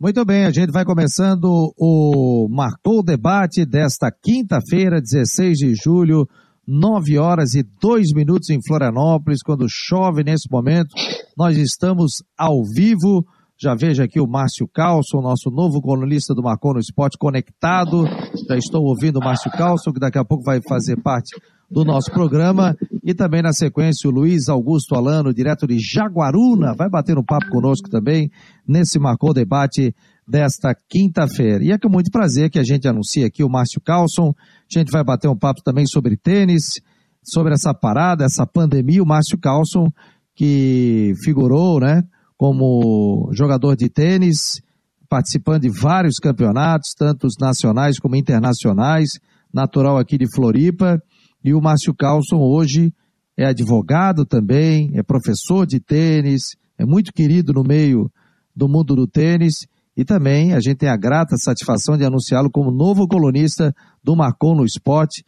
Muito bem, a gente vai começando o Marcou o Debate desta quinta-feira, 16 de julho, 9h02 em Florianópolis, quando chove nesse momento. Nós estamos ao vivo. Já vejo aqui o Márcio Carlson, nosso novo colunista do Marcou no Esporte, conectado. Já estou ouvindo o Márcio Carlson, que daqui a pouco vai fazer parte do nosso programa. E também na sequência o Luiz Augusto Alano, direto de Jaguaruna, vai bater um papo conosco também nesse Marcou o Debate desta quinta-feira. E é com muito prazer que a gente anuncia aqui o Márcio Carlson. A gente vai bater um papo também sobre tênis, sobre essa parada, essa pandemia. O Márcio Carlson, que figurou, né, como jogador de tênis, participando de vários campeonatos, tanto nacionais como internacionais, natural aqui de Floripa. E o Márcio Carlson hoje é advogado também, é professor de tênis, é muito querido no meio do mundo do tênis. E também a gente tem a grata satisfação de anunciá-lo como novo colunista do Marcou no Esporte,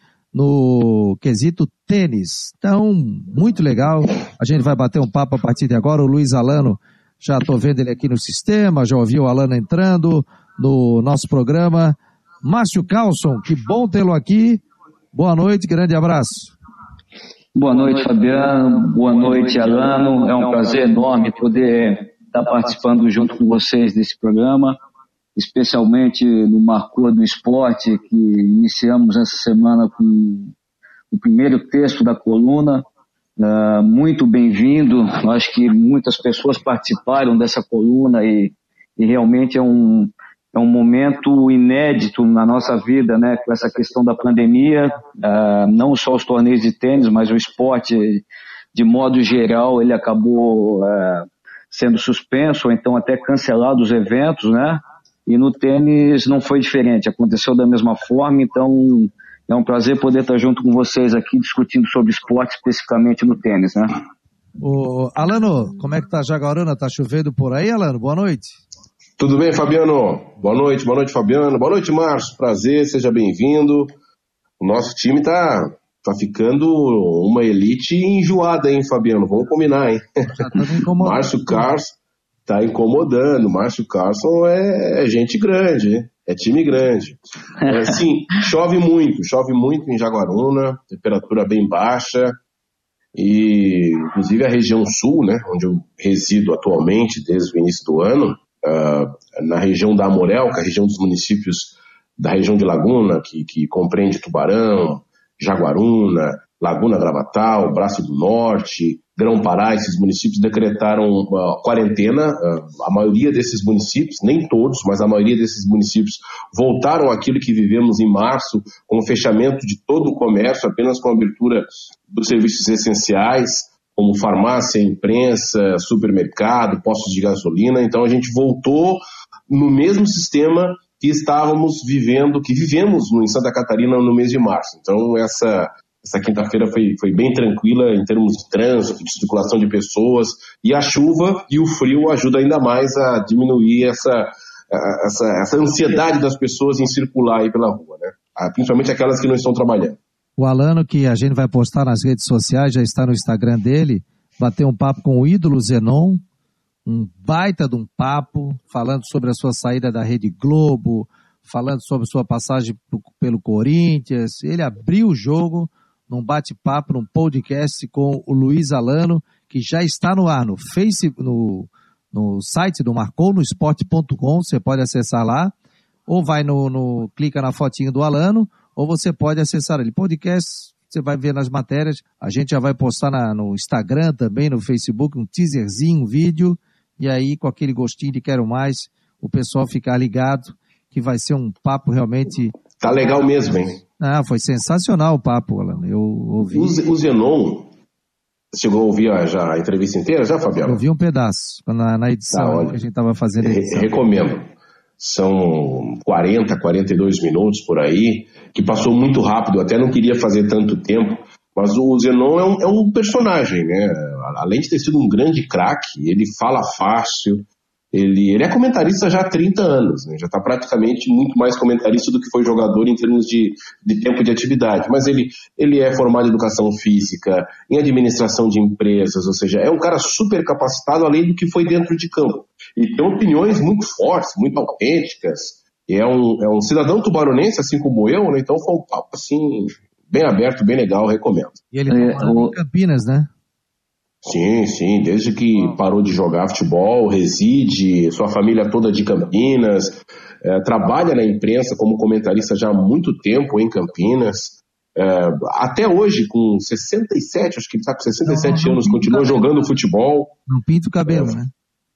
no quesito tênis. Então, muito legal. A gente vai bater um papo a partir de agora. O Luiz Alano, já estou vendo ele aqui no sistema, já ouvi o Alano entrando no nosso programa. Márcio Carlson, que bom tê-lo aqui. Boa noite, grande abraço. Boa noite, Fabiano. Boa noite, Alano. É um prazer enorme poder estar participando junto com vocês desse programa, especialmente no Marcou do Esporte, que iniciamos essa semana com o primeiro texto da coluna. Muito bem-vindo. Acho que muitas pessoas participaram dessa coluna e realmente é um momento inédito na nossa vida, né, com essa questão da pandemia. Não só os torneios de tênis, mas o esporte, de modo geral, ele acabou sendo suspenso, ou então até cancelado os eventos, né? E no tênis não foi diferente, aconteceu da mesma forma. Então é um prazer poder estar junto com vocês aqui discutindo sobre esporte, especificamente no tênis, né? Alano, como é que tá Jaguaruna? Tá chovendo por aí, Alano? Boa noite. Tudo bem, Fabiano? Boa noite, Fabiano. Boa noite, Márcio. Prazer, seja bem-vindo. O nosso time tá ficando uma elite enjoada, hein, Fabiano? Vamos combinar, hein? Márcio Carlson tá incomodando. Márcio Carlson é gente grande, hein? É time grande. Sim, chove muito em Jaguaruna, temperatura bem baixa. E, inclusive, a região sul, né, onde eu resido atualmente desde o início do ano, na região da Amorel, que é a região dos municípios da região de Laguna, que compreende Tubarão, Jaguaruna, Laguna Gravatal, Braço do Norte, Grão-Pará. Esses municípios decretaram quarentena. A maioria desses municípios, nem todos, mas a maioria desses municípios voltaram àquilo que vivemos em março, com o fechamento de todo o comércio, apenas com a abertura dos serviços essenciais, como farmácia, imprensa, supermercado, postos de gasolina. Então a gente voltou no mesmo sistema que estávamos vivendo, que vivemos em Santa Catarina no mês de março. Então essa quinta-feira foi bem tranquila em termos de trânsito, de circulação de pessoas, e a chuva e o frio ajudam ainda mais a diminuir essa ansiedade das pessoas em circular aí pela rua, né? Principalmente aquelas que não estão trabalhando. O Alano, que a gente vai postar nas redes sociais, já está no Instagram dele, bateu um papo com o ídolo Zenon, um baita de um papo, falando sobre a sua saída da Rede Globo, falando sobre sua passagem pelo Corinthians. Ele abriu o jogo num bate-papo, num podcast com o Luiz Alano, que já está no ar, no Facebook, no site do marcounosport.com, você pode acessar lá, ou vai clica na fotinha do Alano, ou você pode acessar ele. Podcast, você vai ver nas matérias, a gente já vai postar no Instagram também, no Facebook, um teaserzinho, um vídeo, e aí com aquele gostinho de quero mais, o pessoal ficar ligado, que vai ser um papo realmente... Tá legal mesmo, hein? Foi sensacional o papo, Alano. Eu ouvi. O Zenon, chegou a ouvir já a entrevista inteira, já, Fabiano? Eu ouvi um pedaço na edição que a gente estava fazendo. Recomendo. São 42 minutos por aí, que passou muito rápido, até não queria fazer tanto tempo, mas o Zenon é um personagem, né? Além de ter sido um grande craque, ele fala fácil, Ele é comentarista já há 30 anos, né? Já está praticamente muito mais comentarista do que foi jogador em termos de tempo de atividade. Mas ele é formado em educação física, em administração de empresas, ou seja, é um cara super capacitado além do que foi dentro de campo. E tem opiniões muito fortes, muito autênticas. E é um cidadão tubaronense, assim como eu, né? Então foi um papo assim, bem aberto, bem legal, recomendo. E ele está em Campinas, né? Sim, desde que parou de jogar futebol, reside, sua família toda de Campinas, trabalha na imprensa como comentarista já há muito tempo em Campinas, até hoje com 67, acho que ele está com 67 anos, continua jogando futebol. Não pinta o cabelo, né?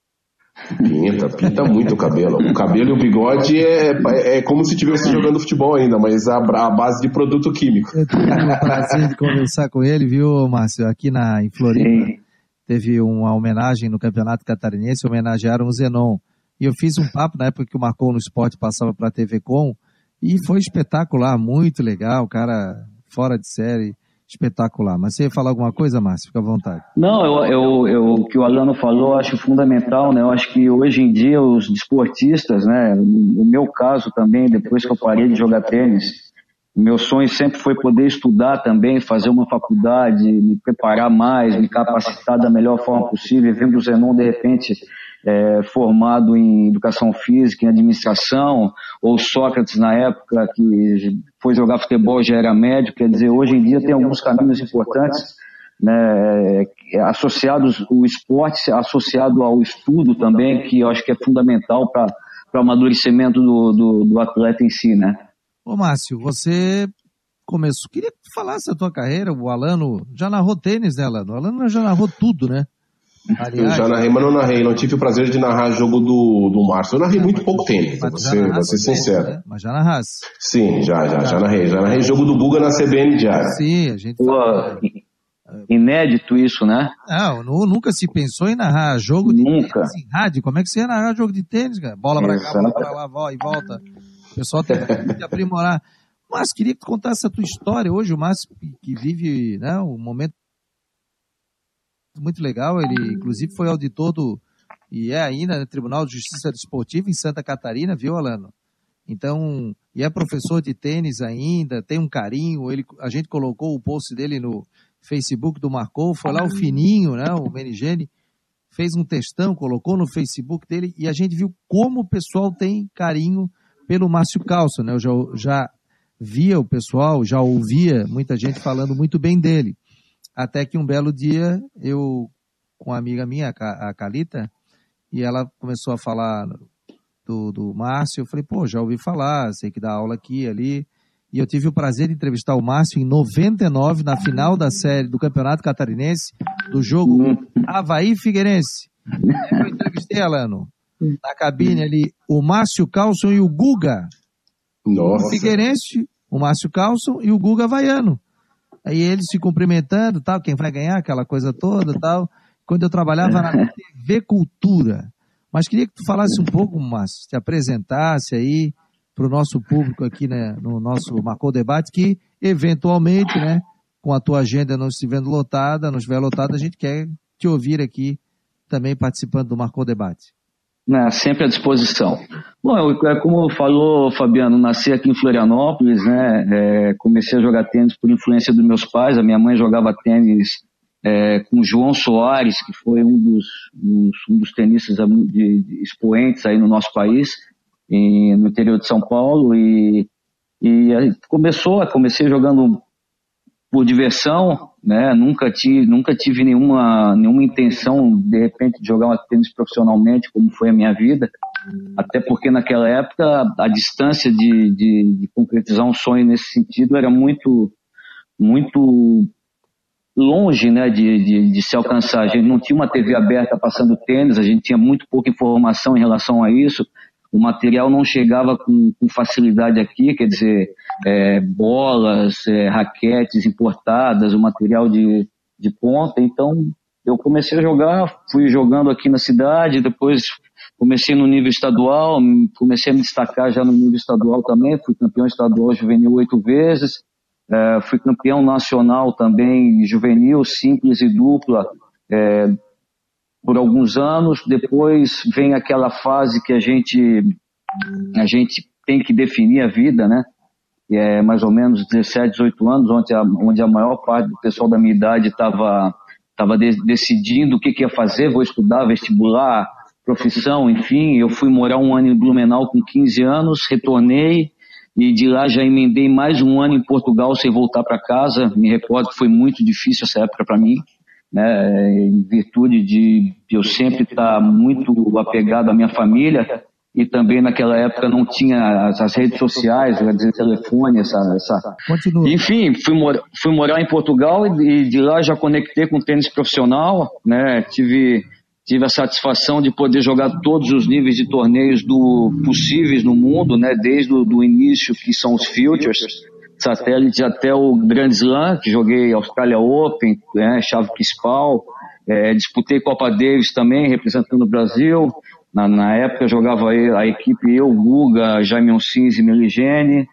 Pinta muito o cabelo. O cabelo e o bigode é como se estivesse jogando futebol ainda, mas a base de produto químico. Eu tive o prazer de conversar com ele, viu, Márcio? Aqui em Floripa teve uma homenagem no Campeonato Catarinense, homenagearam o Zenon. E eu fiz um papo na época que o Marcou no Esporte passava para a TV Com, e foi espetacular, muito legal, cara fora de série. Espetacular. Mas você ia falar alguma coisa, Márcio? Fica à vontade. Não, o que o Alano falou, eu acho fundamental, né? Eu acho que hoje em dia os desportistas, né? No meu caso também, depois que eu parei de jogar tênis, o meu sonho sempre foi poder estudar também, fazer uma faculdade, me preparar mais, me capacitar da melhor forma possível, vendo o Zenon, de repente, formado em educação física, em administração, ou Sócrates na época que foi jogar futebol, já era médico. Quer dizer, hoje em dia tem alguns caminhos importantes, né, associados, o esporte associado ao estudo também, que eu acho que é fundamental para o amadurecimento do atleta em si, né? Ô Márcio, você começou, queria que tu falasse a tua carreira. O Alano já narrou tênis, né, Alano? O Alano já narrou tudo, né? Aliás, eu já narrei, mas não narrei. Não tive o prazer de narrar jogo do Márcio. Eu narrei muito pouco tênis, vou ser sincero. Né? Mas já narrasse. Sim, já narrei. Já narrei jogo do Guga na CBN diária. Sim, a gente fala. Inédito isso, né? Não, nunca se pensou em narrar jogo de tênis em rádio. Como é que você ia narrar jogo de tênis, cara? Bola pra cá, bola pra lá, e volta. O pessoal tem que aprimorar. Mas queria que tu contasse a tua história hoje. O Márcio, que vive, né, um momento muito legal. Ele, inclusive, foi auditor e é ainda no Tribunal de Justiça Desportiva em Santa Catarina, viu, Alano? Então, e é professor de tênis ainda, tem um carinho. A gente colocou o post dele no Facebook do Marcou, foi lá o Fininho, né, o Menigene, fez um textão, colocou no Facebook dele, e a gente viu como o pessoal tem carinho pelo Márcio Calço, né? Eu já via o pessoal, já ouvia muita gente falando muito bem dele. Até que um belo dia, eu, com uma amiga minha, a Calita, e ela começou a falar do Márcio. Eu falei, pô, já ouvi falar, sei que dá aula aqui e ali. E eu tive o prazer de entrevistar o Márcio em 99, na final da série do Campeonato Catarinense, do jogo Avaí Figueirense. Eu entrevistei, Alano, na cabine ali, o Márcio Calçon e o Guga. Nossa. O Figueirense, o Márcio Calçon e o Guga Havaiano. Aí eles se cumprimentando, tal, quem vai ganhar, aquela coisa toda, tal. Quando eu trabalhava na TV Cultura. Mas queria que tu falasse um pouco, Márcio, te apresentasse aí para o nosso público aqui, né, no nosso Marcou Debate, que eventualmente, né, com a tua agenda não estiver lotada, a gente quer te ouvir aqui também participando do Marcou Debate. Sempre à disposição. Bom, como falou, Fabiano, nasci aqui em Florianópolis, né? Comecei a jogar tênis por influência dos meus pais. A minha mãe jogava tênis com João Soares, que foi um dos tenistas de expoentes aí no nosso país, no interior de São Paulo. E comecei jogando por diversão, né? Nunca tive nenhuma intenção, de repente, de jogar tênis profissionalmente, como foi a minha vida, até porque naquela época a distância de concretizar um sonho nesse sentido era muito, muito longe, né, de se alcançar. A gente não tinha uma TV aberta passando tênis, a gente tinha muito pouca informação em relação a isso. O material não chegava com facilidade aqui, quer dizer, bolas, raquetes importadas, o material de ponta. Então, eu comecei a jogar, fui jogando aqui na cidade, depois comecei no nível estadual, comecei a me destacar já no nível estadual também, fui campeão estadual juvenil 8 vezes, fui campeão nacional também juvenil, simples e dupla, por alguns anos. Depois vem aquela fase que a gente tem que definir a vida, né? Que é mais ou menos 17, 18 anos, onde a maior parte do pessoal da minha idade estava decidindo o que ia fazer, vou estudar, vestibular, profissão, enfim. Eu fui morar um ano em Blumenau com 15 anos, retornei, e de lá já emendei mais um ano em Portugal sem voltar para casa. Me recordo que foi muito difícil essa época para mim, né? Em virtude de eu sempre estar muito apegado à minha família, e também naquela época não tinha as redes sociais, quer dizer, telefone, Enfim, fui morar em Portugal, e de lá já conectei com o tênis profissional, né? Tive a satisfação de poder jogar todos os níveis de torneios possíveis no mundo, né? Desde o início, que são os Futures, satélites, até o Grand Slam, que joguei Australia Open, né? Chave Principal, disputei Copa Davis também, representando o Brasil. Na época jogava a equipe eu, Guga, Jaime Oncins e Meligeni.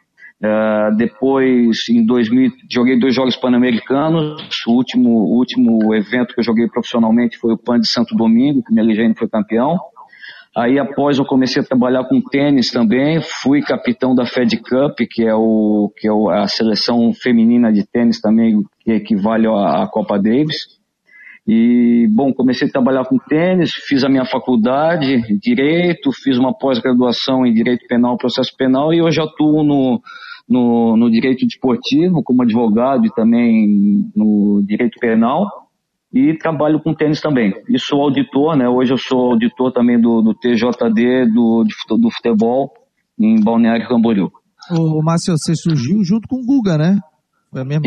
Depois, em 2000, joguei 2 Jogos Pan-Americanos. O último evento que eu joguei profissionalmente foi o Pan de Santo Domingo, que Meligeni foi campeão. Aí, após, eu comecei a trabalhar com tênis também. Fui capitão da Fed Cup, que é a seleção feminina de tênis também, que equivale à Copa Davis. E, bom, comecei a trabalhar com tênis, fiz a minha faculdade, Direito, fiz uma pós-graduação em Direito Penal e Processo Penal, e hoje atuo no Direito Desportivo como advogado e também no Direito Penal, e trabalho com tênis também. E sou auditor, né? Hoje eu sou auditor também do TJD do futebol em Balneário Camboriú. Ô, Márcio, você surgiu junto com o Guga, né? Foi a mesma...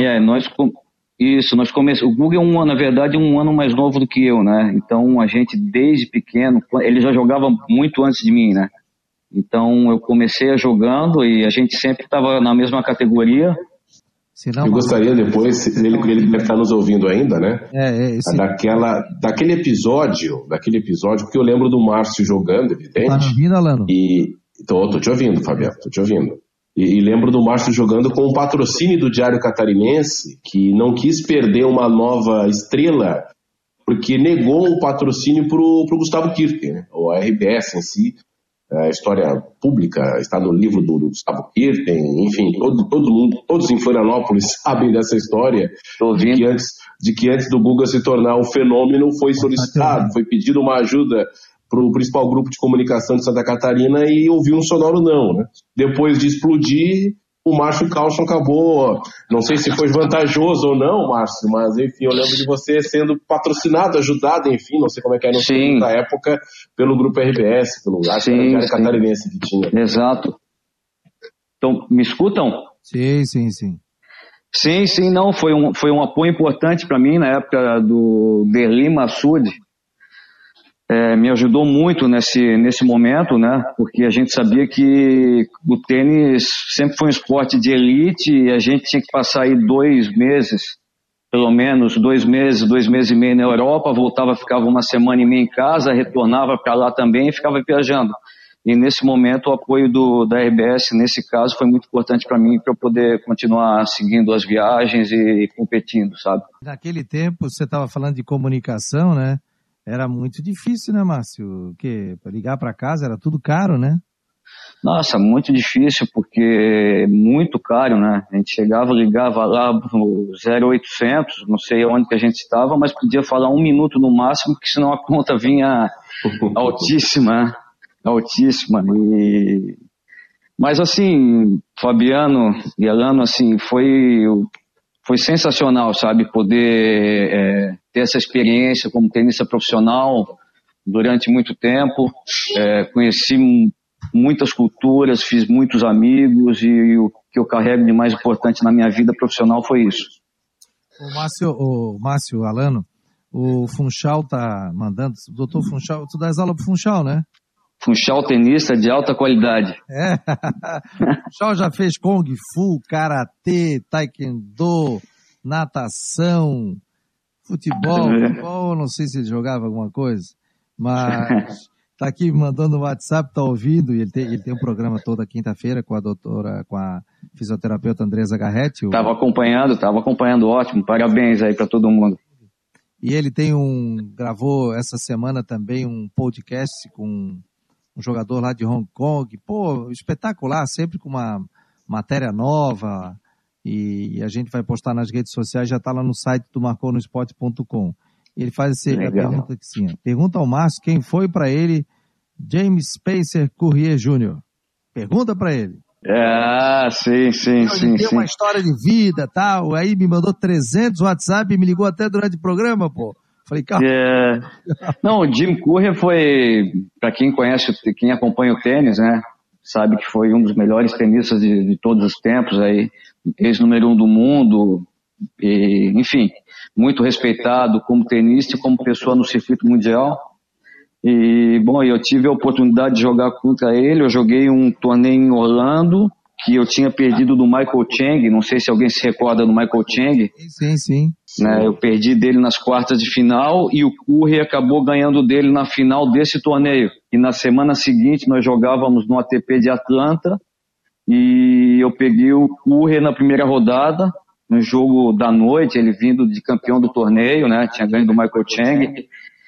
Nós começamos. O Guga na verdade, um ano mais novo do que eu, né? Então a gente, desde pequeno, ele já jogava muito antes de mim, né? Então eu comecei jogando e a gente sempre estava na mesma categoria. Eu gostaria depois, ele deve estar nos ouvindo ainda, né? Daquele episódio, porque eu lembro do Márcio jogando, evidente. Tá me ouvindo, Alano? Tô te ouvindo, Fabiano, tô te ouvindo. E lembro do Márcio jogando com o patrocínio do Diário Catarinense, que não quis perder uma nova estrela, porque negou o patrocínio pro Gustavo Kirten, né? Ou a RBS em si. A história pública está no livro do Gustavo Kirten, enfim, todo mundo, todos em Florianópolis sabem dessa história, de que antes do Guga se tornar um fenômeno, foi solicitado, foi pedido uma ajuda para o principal grupo de comunicação de Santa Catarina e ouviu um sonoro não, né? Depois de explodir, o Márcio Carlson acabou, não sei se foi vantajoso ou não, Márcio, mas enfim, eu lembro de você sendo patrocinado, ajudado, enfim, não sei como é que era na época, pelo grupo RBS, pelo Diário Catarinense que tinha. Exato. Então, me escutam? Sim. Sim, não, foi um apoio importante para mim na época do Derli Massoud. Me ajudou muito nesse momento, né? Porque a gente sabia que o tênis sempre foi um esporte de elite e a gente tinha que passar aí 2 meses, pelo menos 2 meses e meio na Europa, ficava uma semana e meia em casa, retornava para lá também e ficava viajando. E nesse momento o apoio da RBS, nesse caso, foi muito importante para mim, para eu poder continuar seguindo as viagens e competindo, sabe? Naquele tempo, você estava falando de comunicação, né? Era muito difícil, né, Márcio? Para ligar para casa era tudo caro, né? Nossa, muito difícil, porque muito caro, né? A gente ligava lá no 0800, não sei onde que a gente estava, mas podia falar 1 minuto no máximo, porque senão a conta vinha altíssima. Mas assim, Fabiano e Alano, assim, foi sensacional, sabe, poder ter essa experiência como tenista profissional durante muito tempo. Conheci muitas culturas, fiz muitos amigos e o que eu carrego de mais importante na minha vida profissional foi isso. O Márcio, Alano, o Funchal tá mandando, doutor Funchal, tu dás aula pro Funchal, né? Funchal tenista de alta qualidade. Funchal já fez Kung Fu, Karatê, Taekwondo, natação, futebol, não sei se ele jogava alguma coisa, mas tá aqui mandando no WhatsApp, tá ouvindo, e ele tem um programa toda quinta-feira com a fisioterapeuta Andresa Garretti. Tava acompanhando, ótimo, parabéns aí para todo mundo. E ele gravou essa semana também um podcast com um jogador lá de Hong Kong. Pô, espetacular, sempre com uma matéria nova. E a gente vai postar nas redes sociais, já está lá no site do marconosport.com. Ele faz a pergunta aqui sim. Pergunta ao Márcio quem foi para ele James Spacer Courrier Jr. Pergunta para ele. Sim. Tem uma história de vida, tal. Aí me mandou 300 WhatsApp e me ligou até durante o programa, pô. Falei, calma. Não, o Jim Courier foi, para quem conhece, quem acompanha o tênis, né, sabe que foi um dos melhores tenistas de todos os tempos, aí, ex-número 1 do mundo, e, enfim, muito respeitado como tenista e como pessoa no circuito mundial. E, bom, eu tive a oportunidade de jogar contra ele. Eu joguei um torneio em Orlando, que eu tinha perdido do Michael Chang. Não sei se alguém se recorda do Michael Chang. Sim. Né, eu perdi dele nas quartas de final e o Courier acabou ganhando dele na final desse torneio. E na semana seguinte nós jogávamos no ATP de Atlanta e eu peguei o Courier na primeira rodada, no jogo da noite, ele vindo de campeão do torneio, né, tinha ganho do Michael Chang.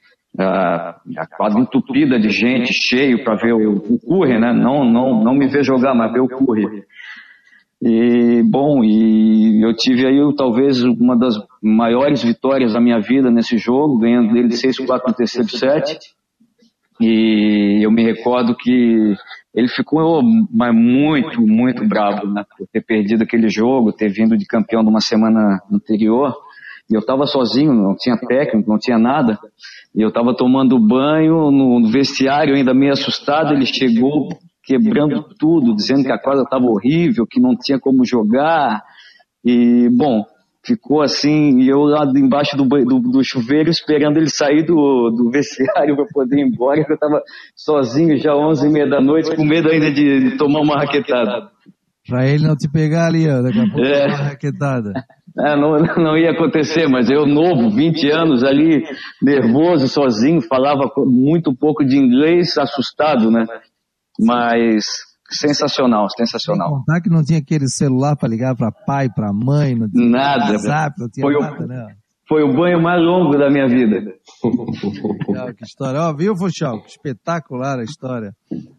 A quadra entupida de gente, cheio para ver o Courier, né? Não me ver jogar, mas ver o Courier. E, bom, eu tive aí talvez uma das maiores vitórias da minha vida nesse jogo, ganhando dele 6-4 no terceiro set. E eu me recordo que ele ficou muito bravo, né, por ter perdido aquele jogo, ter vindo de campeão de uma semana anterior. E eu estava sozinho, não tinha técnico, não tinha nada. E eu estava tomando banho no vestiário, ainda meio assustado. Ele chegou quebrando tudo, dizendo que a quadra estava horrível, que não tinha como jogar. E, bom, ficou assim, e eu lá embaixo do chuveiro esperando ele sair do vestiário para poder ir embora, porque eu estava sozinho já 11h30 da noite, com medo ainda de tomar uma raquetada. Para ele não te pegar ali, ó, daqui a pouco uma raquetada. Não ia acontecer, mas eu novo, 20 anos ali, nervoso, sozinho, falava muito pouco de inglês, assustado, né? Mas sensacional. Sem contar que não tinha aquele celular para ligar para pai, para mãe, não tinha WhatsApp, não tinha nada, né? Foi o banho mais longo da minha vida. Legal, que história. Ó, viu, Fuxal? Espetacular a história.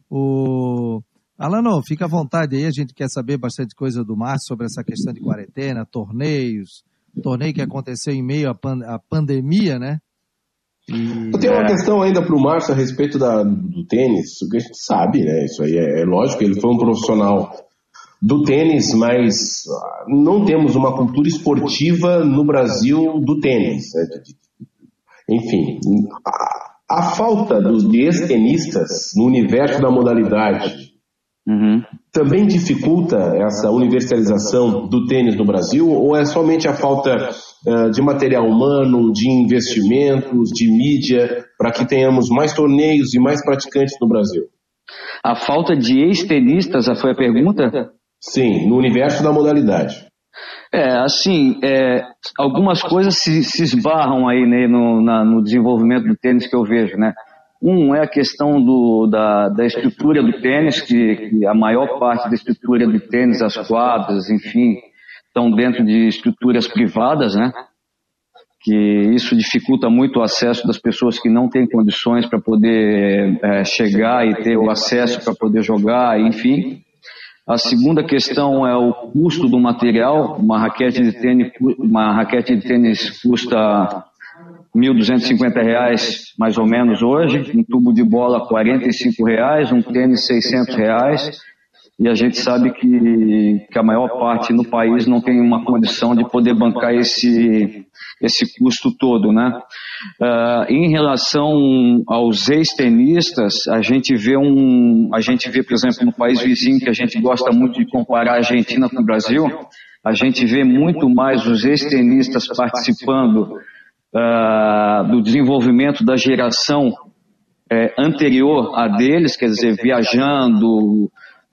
Alano, fica à vontade aí, a gente quer saber bastante coisa do Márcio sobre essa questão de quarentena, torneio que aconteceu em meio à pandemia, né? Eu tenho uma questão ainda para o Márcio a respeito do tênis, o que a gente sabe, né? Isso aí é lógico, ele foi um profissional do tênis, mas não temos uma cultura esportiva no Brasil do tênis, né? Enfim, a falta de ex-tenistas no universo da modalidade também dificulta essa universalização do tênis no Brasil, ou é somente a falta de material humano, de investimentos, de mídia, para que tenhamos mais torneios e mais praticantes no Brasil? A falta de ex-tenistas, foi a pergunta? Sim, no universo da modalidade. Algumas coisas se esbarram aí, né, no desenvolvimento do tênis que eu vejo, né? É a questão da estrutura do tênis, que a maior parte da estrutura do tênis, as quadras, enfim, estão dentro de estruturas privadas, né? Que isso dificulta muito o acesso das pessoas que não têm condições para poder chegar e ter o acesso para poder jogar, enfim. A segunda questão é o custo do material. Uma raquete de tênis custa R$1.250 mais ou menos hoje, um tubo de bola R$45, um tênis R$600, e a gente sabe que a maior parte no país não tem uma condição de poder bancar esse custo todo, né? Em relação aos ex-tenistas, a gente vê, por exemplo, no país vizinho, que a gente gosta muito de comparar a Argentina com o Brasil, a gente vê muito mais os ex-tenistas participando do desenvolvimento da geração anterior a deles, quer dizer, viajando,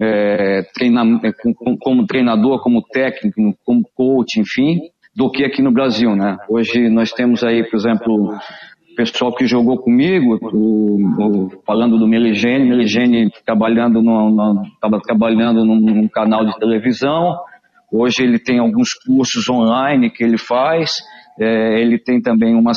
como treinador, como técnico, como coach, enfim, do que aqui no Brasil, né? Hoje nós temos aí, por exemplo, o pessoal que jogou comigo, falando do Meligeni estava trabalhando num canal de televisão. Hoje ele tem alguns cursos online que ele faz, Ele tem também um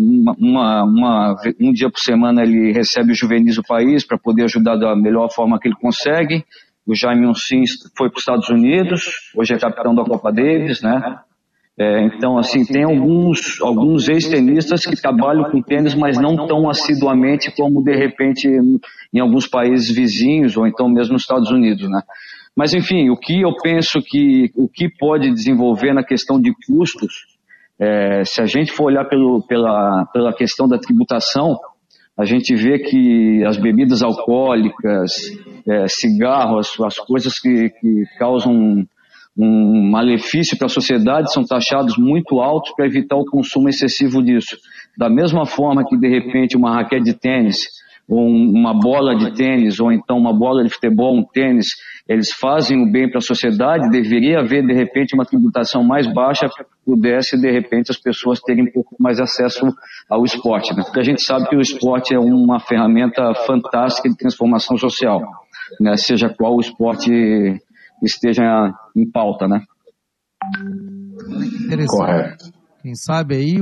dia por semana ele recebe os juvenis do país para poder ajudar da melhor forma que ele consegue. O Jaime Uncins foi para os Estados Unidos, hoje é capitão da Copa Davis, né? Então, assim, tem alguns ex-tenistas que trabalham com tênis, mas não tão assiduamente como, de repente, em alguns países vizinhos, ou então mesmo nos Estados Unidos, né? Mas, enfim, o que eu penso que o que pode desenvolver na questão de custos, se a gente for olhar pela questão da tributação, a gente vê que as bebidas alcoólicas, cigarros, as coisas que causam um malefício para a sociedade são taxados muito altos para evitar o consumo excessivo disso. Da mesma forma que, de repente, uma raquete de tênis, ou uma bola de tênis, ou então uma bola de futebol, um tênis, eles fazem o bem para a sociedade, deveria haver, de repente, uma tributação mais baixa para que pudesse, de repente, as pessoas terem um pouco mais acesso ao esporte, né? Porque a gente sabe que o esporte é uma ferramenta fantástica de transformação social, né? Seja qual o esporte esteja em pauta, né? Interessante. Correto. Quem sabe aí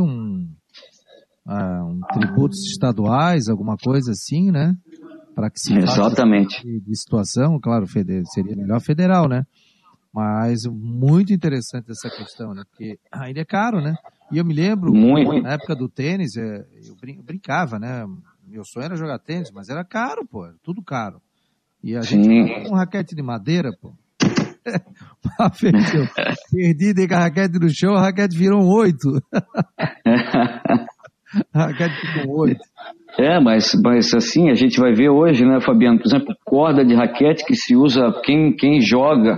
tributos estaduais, alguma coisa assim, né? Para que se Exatamente. faça de situação, claro, seria melhor federal, né? Mas muito interessante essa questão, né? Porque ainda é caro, né? E eu me lembro, na época do tênis, eu brincava, né? Meu sonho era jogar tênis, mas era caro, pô, era tudo caro. E a gente com um raquete de madeira, pô. Uma vez eu perdi, dei com a raquete no chão, a raquete virou um 8. A raquete ficou um 8. Mas assim, a gente vai ver hoje, né, Fabiano, por exemplo, corda de raquete que se usa, quem joga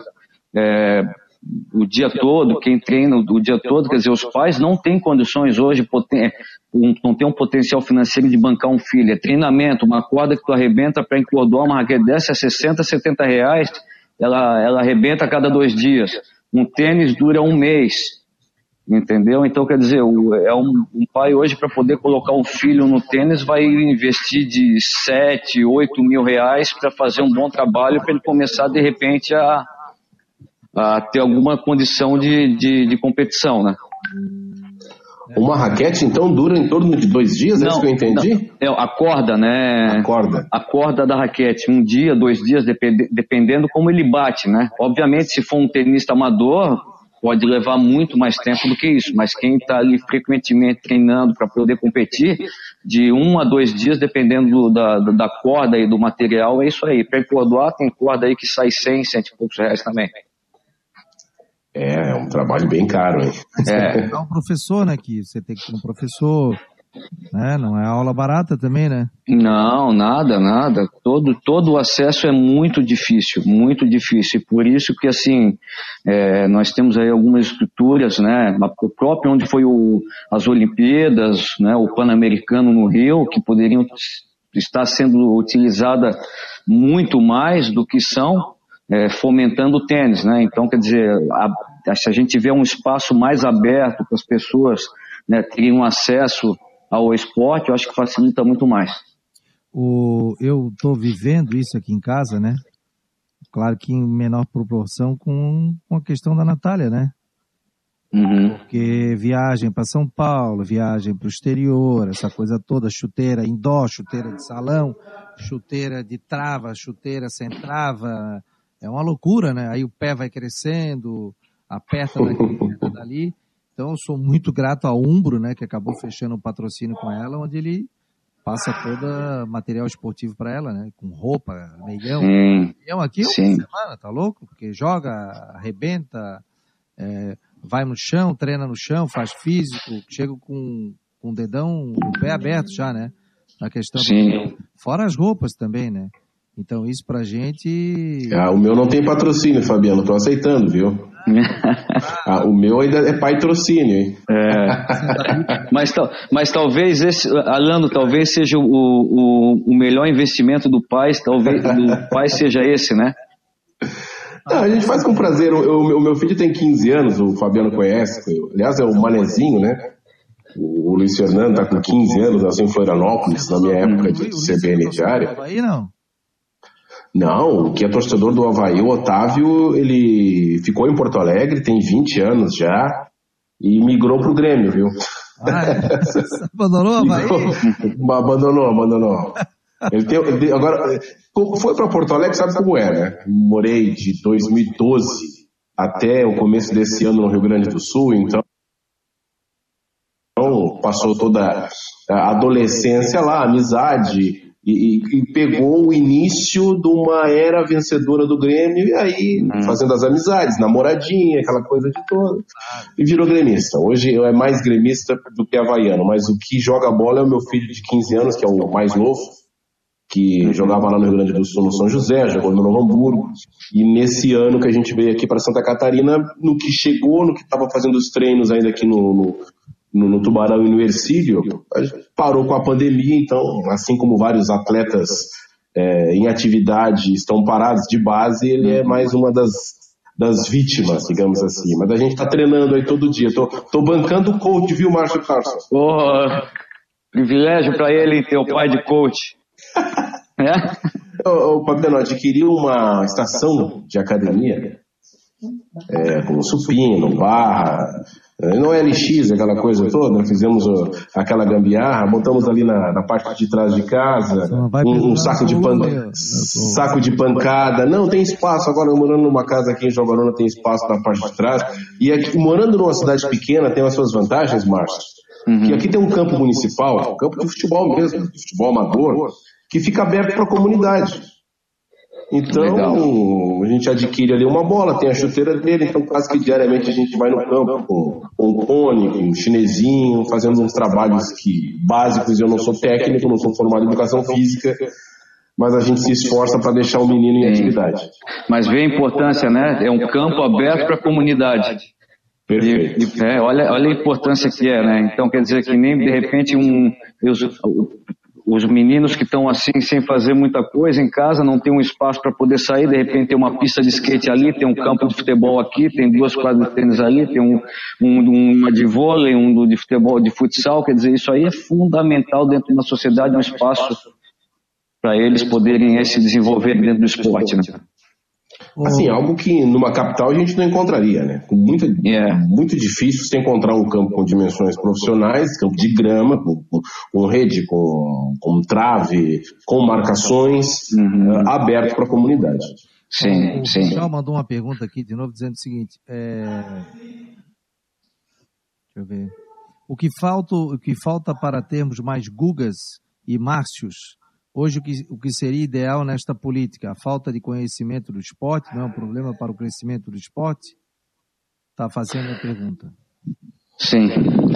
o dia todo, quem treina o dia todo, quer dizer, os pais não têm condições hoje, não tem um potencial financeiro de bancar um filho. É treinamento, uma corda que tu arrebenta para encordoar uma raquete dessa é 60, 70 reais, ela arrebenta a cada 2 dias. Um tênis dura 1 mês. Entendeu? Então, quer dizer, um pai hoje, para poder colocar um filho no tênis, vai investir de 7, 8 mil reais para fazer um bom trabalho, para ele começar, de repente, a ter alguma condição de competição, né? Uma raquete, então, dura em torno de 2 dias? É isso que eu entendi? A corda, né? A corda da raquete, 1 dia, 2 dias, dependendo como ele bate, né? Obviamente, se for um tenista amador, pode levar muito mais tempo do que isso, mas quem está ali frequentemente treinando para poder competir, de 1 a 2 dias, dependendo da corda e do material, é isso aí. Para encordoar, tem corda aí que sai 100, 100 e poucos reais também. É um trabalho bem caro, hein? É um professor, né, que você tem que ter um professor, né, não é aula barata também, né? Não, nada. Todo o acesso é muito difícil, e por isso que, assim, nós temos aí algumas estruturas, né, o próprio onde foi as Olimpíadas, né, o Pan-Americano no Rio, que poderiam estar sendo utilizadas muito mais do que são, fomentando o tênis, né? Então, quer dizer, se a gente tiver um espaço mais aberto para as pessoas, né, terem um acesso ao esporte, eu acho que facilita muito mais. Eu estou vivendo isso aqui em casa, né? Claro que em menor proporção com a questão da Natália, né? Uhum. Porque viagem para São Paulo, viagem para o exterior, essa coisa toda, chuteira indoor, chuteira de salão, chuteira de trava, chuteira sem trava, é uma loucura, né? Aí o pé vai crescendo, aperta daqui, aperta dali. Então eu sou muito grato ao Umbro, né, que acabou fechando um patrocínio com ela, onde ele passa todo material esportivo para ela, né, com roupa, meião. Meião aqui é uma semana, tá louco? Porque joga, arrebenta, vai no chão, treina no chão, faz físico, chega com o dedão, o pé aberto já, né? Na questão fora as roupas também, né? Então isso pra gente... o meu não tem patrocínio, Fabiano, tô aceitando, viu? O meu ainda é patrocínio, hein? Mas talvez Alano, talvez seja o melhor investimento do pai, talvez do pai seja esse, né? Não, a gente faz com prazer. O meu filho tem 15 anos, o Fabiano conhece. Aliás, é o Manezinho, né? O Luiz Fernando tá com 15 anos, nasceu em Florianópolis, na minha época de CBN diária. Não, o que é torcedor do Avaí, o Otávio, ele ficou em Porto Alegre, tem 20 anos já, e migrou pro Grêmio, viu? Abandonou, vai? Abandonou. Agora, foi para Porto Alegre, sabe como é, né? Morei de 2012 até o começo desse ano no Rio Grande do Sul, então passou toda a adolescência lá, amizade, e pegou o início de uma era vencedora do Grêmio, e aí fazendo as amizades, namoradinha, aquela coisa de toda, e virou gremista. Hoje é mais gremista do que havaiano, mas o que joga bola é o meu filho de 15 anos, que é o mais novo, que jogava lá no Rio Grande do Sul, no São José, jogou no Novo Hamburgo, e nesse ano que a gente veio aqui para Santa Catarina, no que chegou, no que estava fazendo os treinos ainda aqui no Tubarão e no Ercílio, parou com a pandemia, então, assim como vários atletas em atividade estão parados de base, ele é mais uma das vítimas, digamos assim. Mas a gente está treinando aí todo dia. Tô bancando o coach, viu, Márcio Carson? Privilégio para ele ter o pai de coach. Fabiano, adquiriu uma estação de academia com supino, barra, não é LX, aquela coisa toda, fizemos aquela gambiarra, botamos ali na parte de trás de casa um saco de pancada, não tem espaço, agora morando numa casa aqui em Jaguarona tem espaço na parte de trás, e aqui, morando numa cidade pequena tem as suas vantagens, Márcio, que aqui tem um campo municipal, um campo de futebol mesmo, de futebol amador, que fica aberto para a comunidade. Então, legal. A gente adquire ali uma bola, tem a chuteira dele, então quase que diariamente a gente vai no campo com um cone, com um chinesinho, fazendo uns trabalhos básicos. Eu não sou técnico, não sou formado em educação física, mas a gente se esforça para deixar o menino em atividade. Mas vê a importância, né? É um campo aberto para a comunidade. Perfeito. Olha a importância que é, né? Então quer dizer que nem de repente os meninos que estão assim, sem fazer muita coisa em casa, não tem um espaço para poder sair, de repente tem uma pista de skate ali, tem um campo de futebol aqui, tem 2 quadras de tênis ali, tem uma de vôlei, de futebol, de futsal, quer dizer, isso aí é fundamental dentro de uma sociedade, um espaço para eles poderem se desenvolver dentro do esporte, né? Assim, algo que numa capital a gente não encontraria, né? Muito difícil você encontrar um campo com dimensões profissionais, campo de grama, com rede, com trave, com marcações, aberto para a comunidade. Sim. O Michel mandou uma pergunta aqui de novo dizendo o seguinte, deixa eu ver. O que falta para termos mais Gugas e Márcios? Hoje, o que seria ideal nesta política? A falta de conhecimento do esporte não é um problema para o crescimento do esporte? Está fazendo a pergunta. Sim.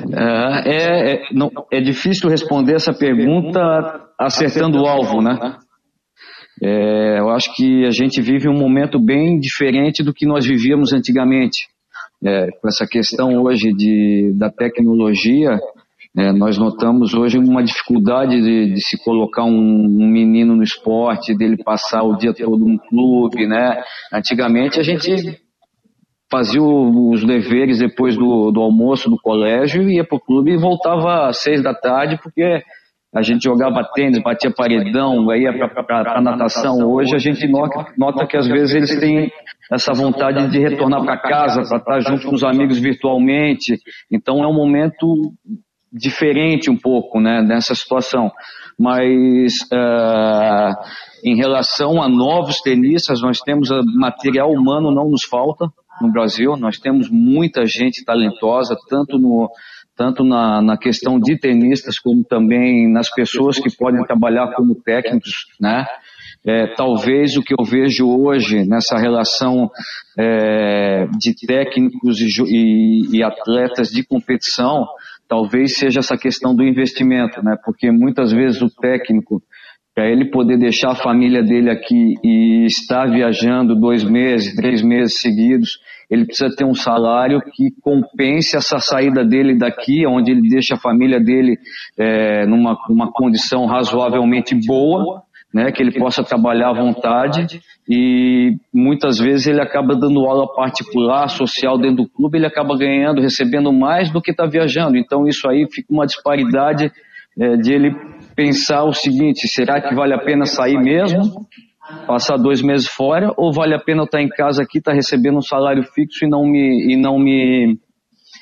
É difícil responder essa pergunta acertando o alvo, né? Eu acho que a gente vive um momento bem diferente do que nós vivíamos antigamente. Com essa questão hoje da tecnologia, nós notamos hoje uma dificuldade de se colocar um menino no esporte, dele passar o dia todo no clube, né? Antigamente a gente fazia os deveres depois do almoço do colégio, ia pro clube e voltava às 6 da tarde, porque a gente jogava tênis, batia paredão, ia para natação. Hoje a gente nota que às vezes eles têm essa vontade de retornar para casa, para estar junto com os amigos virtualmente. Então é um momento diferente um pouco, né, nessa situação, mas em relação a novos tenistas, nós temos material humano, não nos falta no Brasil, nós temos muita gente talentosa, tanto na questão de tenistas, como também nas pessoas que podem trabalhar como técnicos, né? Talvez o que eu vejo hoje nessa relação de técnicos e atletas de competição, talvez seja essa questão do investimento, né? Porque muitas vezes o técnico, para ele poder deixar a família dele aqui e estar viajando 2 meses, 3 meses seguidos, ele precisa ter um salário que compense essa saída dele daqui, onde ele deixa a família dele numa condição razoavelmente boa, né, que ele possa trabalhar à vontade, e muitas vezes ele acaba dando aula particular, social dentro do clube, ele acaba ganhando, recebendo mais do que está viajando. Então isso aí fica uma disparidade de ele pensar o seguinte: será que vale a pena sair mesmo, passar 2 meses fora, ou vale a pena eu estar em casa aqui, estar recebendo um salário fixo e não me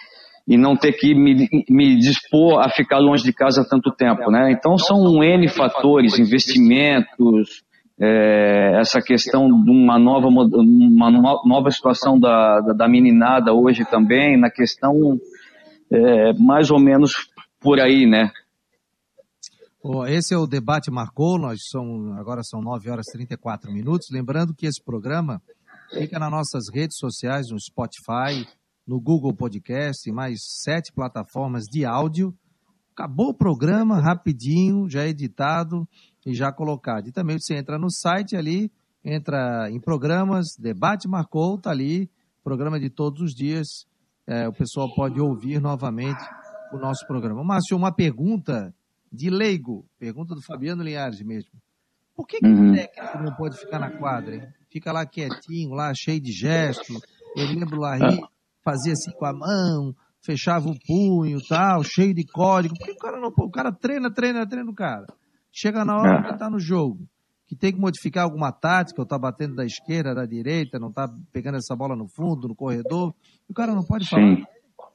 e não ter que me dispor a ficar longe de casa tanto tempo, né? Então são N fatores, investimentos, essa questão de uma nova situação da meninada hoje também, na questão mais ou menos por aí, né? Esse é o Debate Marcou, agora são 9h34. Lembrando que esse programa fica nas nossas redes sociais, no Spotify, no Google Podcast, e mais 7 plataformas de áudio. Acabou o programa, rapidinho, já editado e já colocado. E também você entra no site ali, entra em programas, Debate Marcou, tá ali, programa de todos os dias. O pessoal pode ouvir novamente o nosso programa. Márcio, uma pergunta de leigo, pergunta do Fabiano Linhares mesmo. Por que o técnico não pode ficar na quadra, hein? Fica lá quietinho, lá cheio de gesto. Eu lembro lá, fazia assim com a mão, fechava o punho e tal, cheio de código. Por que o cara não pode? O cara treina o cara. Chega na hora que tá no jogo, que tem que modificar alguma tática, ou tá batendo da esquerda, da direita, não tá pegando essa bola no fundo, no corredor. O cara não pode falar. Sim.